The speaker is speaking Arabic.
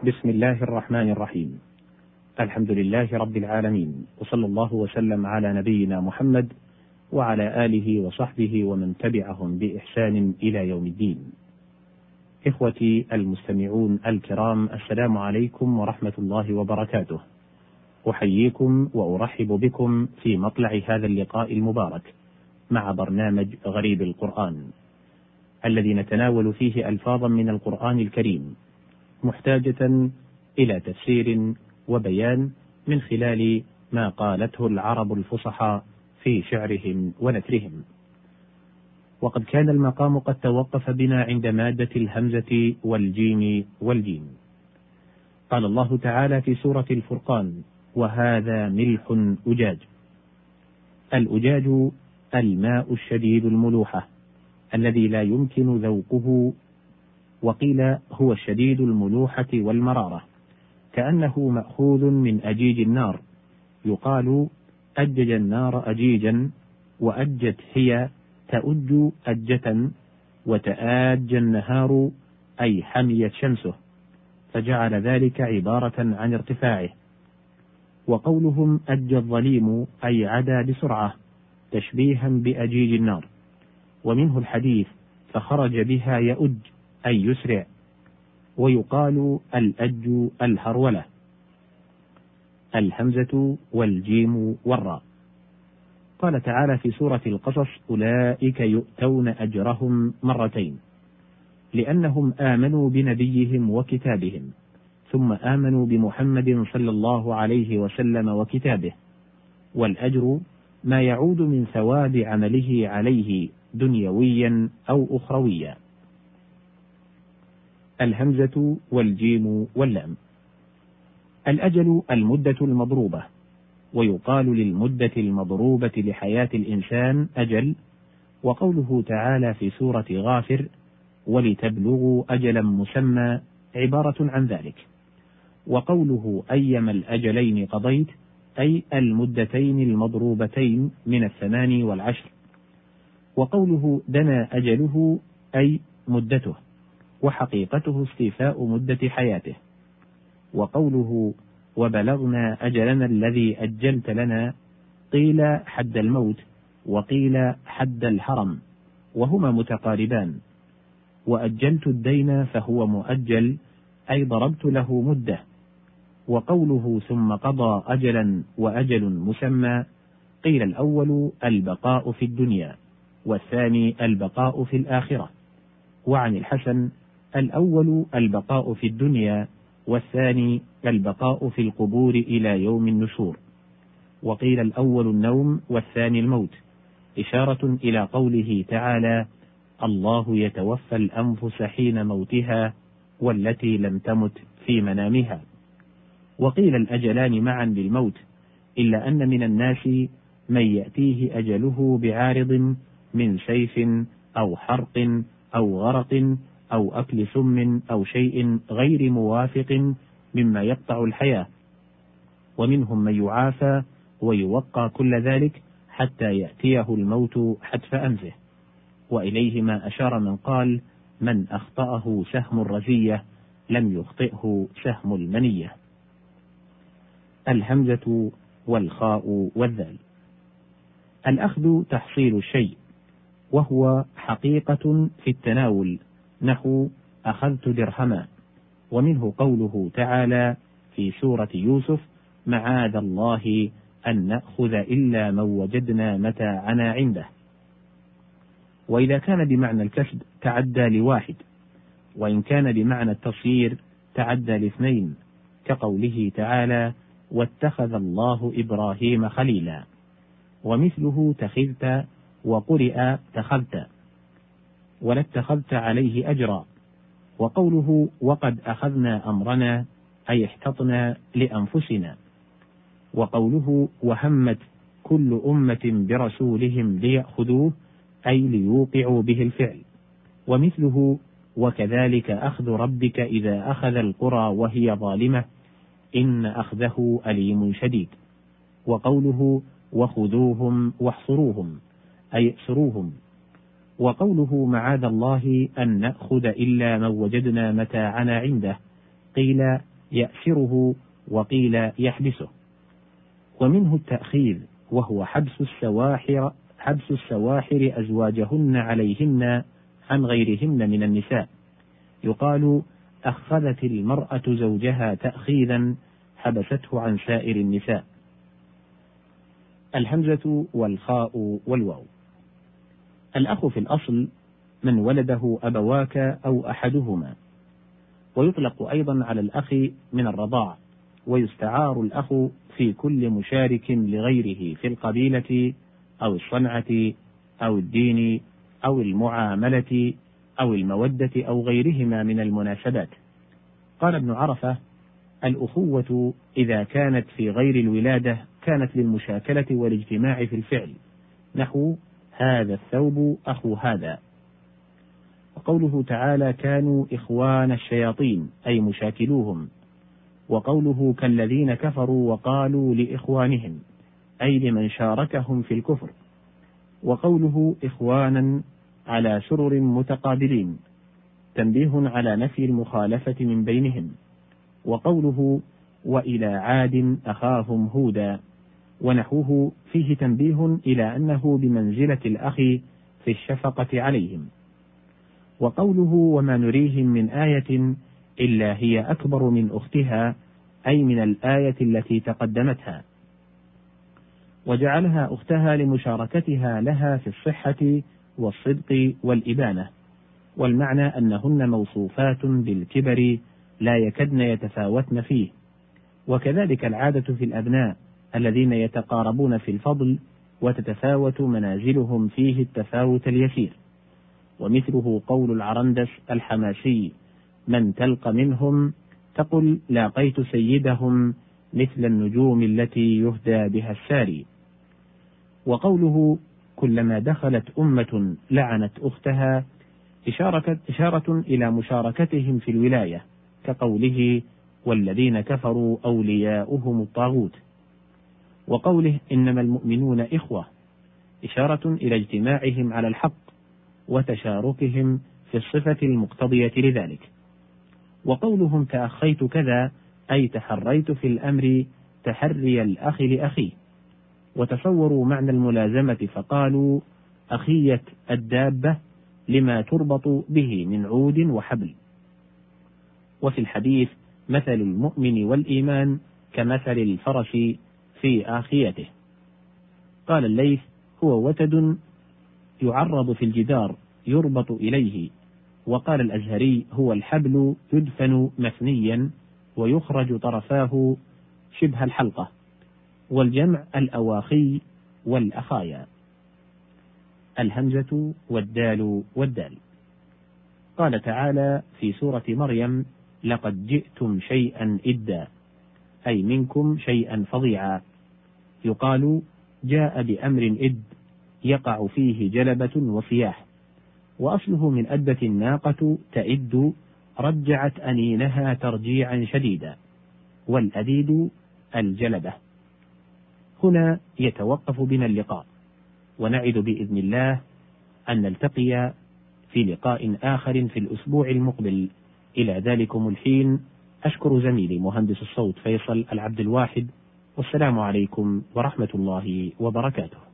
بسم الله الرحمن الرحيم. الحمد لله رب العالمين، وصلى الله وسلم على نبينا محمد وعلى آله وصحبه ومن تبعهم بإحسان إلى يوم الدين. إخوتي المستمعون الكرام، السلام عليكم ورحمة الله وبركاته. أحييكم وأرحب بكم في مطلع هذا اللقاء المبارك مع برنامج غريب القرآن، الذي نتناول فيه ألفاظا من القرآن الكريم محتاجة إلى تفسير وبيان من خلال ما قالته العرب الفصحاء في شعرهم ونثرهم. وقد كان المقام قد توقف بنا عند مادة الهمزة والجيم والجيم. قال الله تعالى في سورة الفرقان: وهذا ملح أجاج. الأجاج الماء الشديد الملوحة الذي لا يمكن ذوقه، وقيل هو الشديد الملوحة والمرارة، كأنه مأخوذ من أجيج النار. يقال أجج النار أجيجا، وأجت هي تأج أجة، وتآج النهار أي حميت شمسه، فجعل ذلك عبارة عن ارتفاعه. وقولهم أج الظليم أي عدا بسرعة، تشبيها بأجيج النار. ومنه الحديث: فخرج بها يؤج أي يسرع. ويقال الأج الهرولة. الهمزة والجيم والراء. قال تعالى في سورة القصص: أولئك يؤتون أجرهم مرتين، لأنهم آمنوا بنبيهم وكتابهم، ثم آمنوا بمحمد صلى الله عليه وسلم وكتابه. والأجر ما يعود من ثواب عمله عليه دنيويا أو أخرويا. الهمزة والجيم واللام. الأجل المدة المضروبة، ويقال للمدة المضروبة لحياة الإنسان أجل. وقوله تعالى في سورة غافر: ولتبلغوا أجلا مسمى، عبارة عن ذلك. وقوله أيما الأجلين قضيت، أي المدتين المضروبتين من 8 و10. وقوله دنا أجله أي مدته، وحقيقته استيفاء مدة حياته. وقوله وبلغنا أجلنا الذي أجلت لنا، قيل حد الموت، وقيل حد الحرم، وهما متقاربان. وأجلت الدين فهو مؤجل، أي ضربت له مدة. وقوله ثم قضى أجلا وأجل مسمى، قيل الأول البقاء في الدنيا، والثاني البقاء في الآخرة. وعن الحسن: الأول البقاء في الدنيا، والثاني البقاء في القبور إلى يوم النشور. وقيل الأول النوم والثاني الموت، إشارة إلى قوله تعالى: الله يتوفى الأنفس حين موتها والتي لم تمت في منامها. وقيل الأجلان معا للموت، إلا أن من الناس من يأتيه أجله بعارض من سيف أو حرق أو غرق أو أكل سم أو شيء غير موافق مما يقطع الحياة. ومنهم من يعافى ويوقى كل ذلك حتى يأتيه الموت حتف أنفه. وإليه ما أشار من قال: من أخطأه سهم الرزية لم يخطئه سهم المنية. الهمزة والخاء والذال. الأخذ تحصيل الشيء، وهو حقيقة في التناول، نحو أخذت درهما. ومنه قوله تعالى في سورة يوسف: معاذ الله أن نأخذ إلا من وجدنا متاعنا عنده. وإذا كان بمعنى الكسب تعدى لواحد، وإن كان بمعنى التصيير تعدى لاثنين، كقوله تعالى: واتخذ الله إبراهيم خليلا. ومثله تخذت، وقرئ تخذت، ولاتخذت عليه أجرا. وقوله وقد أخذنا أمرنا، أي احتطنا لأنفسنا. وقوله وهمت كل أمة برسولهم ليأخذوه، أي ليوقعوا به الفعل. ومثله وكذلك أخذ ربك إذا أخذ القرى وهي ظالمة إن أخذه أليم شديد. وقوله وخذوهم واحصروهم، أي اسروهم. وقوله معاذ الله أن نأخذ إلا من وجدنا متاعنا عنده، قيل يأسره وقيل يحبسه. ومنه التأخير، وهو حبس السواحر أزواجهن عليهن عن غيرهن من النساء، يقال أخذت المرأة زوجها تأخيذا حبسته عن سائر النساء. الهمزة والخاء والواو. الأخ في الأصل من ولده أبواك أو أحدهما، ويطلق أيضا على الأخ من الرضاع، ويستعار الأخ في كل مشارك لغيره في القبيلة أو الصنعة أو الدين أو المعاملة أو المودة أو غيرهما من المناسبات. قال ابن عرفة: الأخوة إذا كانت في غير الولادة كانت للمشاكلة والاجتماع في الفعل، نحو هذا الثوب أخو هذا. وقوله تعالى: كانوا إخوان الشياطين أي مشاكلوهم. وقوله: كالذين كفروا وقالوا لإخوانهم أي لمن شاركهم في الكفر. وقوله: إخوانا على سرر متقابلين تنبيه على نفي المخالفة من بينهم. وقوله: وإلى عاد أخاهم هودا ونحوه فيه تنبيه إلى أنه بمنزلة الأخ في الشفقة عليهم. وقوله: وما نريهم من آية إلا هي أكبر من أختها أي من الآية التي تقدمتها، وجعلها أختها لمشاركتها لها في الصحة والصدق والإبانة. والمعنى أنهن موصوفات بالكبر لا يكدن يتفاوتن فيه. وكذلك العادة في الأبناء الذين يتقاربون في الفضل وتتفاوت منازلهم فيه التفاوت اليسير. ومثله قول العرندس الحماسي: من تلق منهم تقل لاقيت سيدهم مثل النجوم التي يهدى بها الساري. وقوله: كلما دخلت أمة لعنت أختها إشارة إلى مشاركتهم في الولاية، كقوله: والذين كفروا أولياؤهم الطاغوت. وقوله: إنما المؤمنون إخوة، إشارة إلى اجتماعهم على الحق وتشاركهم في الصفة المقتضية لذلك. وقولهم: تأخيت كذا أي تحريت في الأمر تحري الأخ لأخيه. وتصوروا معنى الملازمة فقالوا: أخية الدابة لما تربط به من عود وحبل. وفي الحديث: مثل المؤمن والإيمان كمثل الفرس في آخيته. قال الليث: هو وتد يعرض في الجدار يربط إليه. وقال الأزهري: هو الحبل يدفن مثنيا ويخرج طرفاه شبه الحلقة. والجمع الأواخي والأخايا. الهمزة والدال والدال. قال تعالى في سورة مريم: لقد جئتم شيئا إدا أي منكم شيئا فظيعا. يقال: جاء بأمر إد يقع فيه جلبة وصياح. وأصله من أدت الناقة تئد رجعت أنينها ترجيعا شديدا، والأديد الجلبة. هنا يتوقف بنا اللقاء، ونعد بإذن الله أن نلتقي في لقاء آخر في الأسبوع المقبل. إلى ذلكم الحين أشكر زميلي مهندس الصوت فيصل العبد الواحد، والسلام عليكم ورحمة الله وبركاته.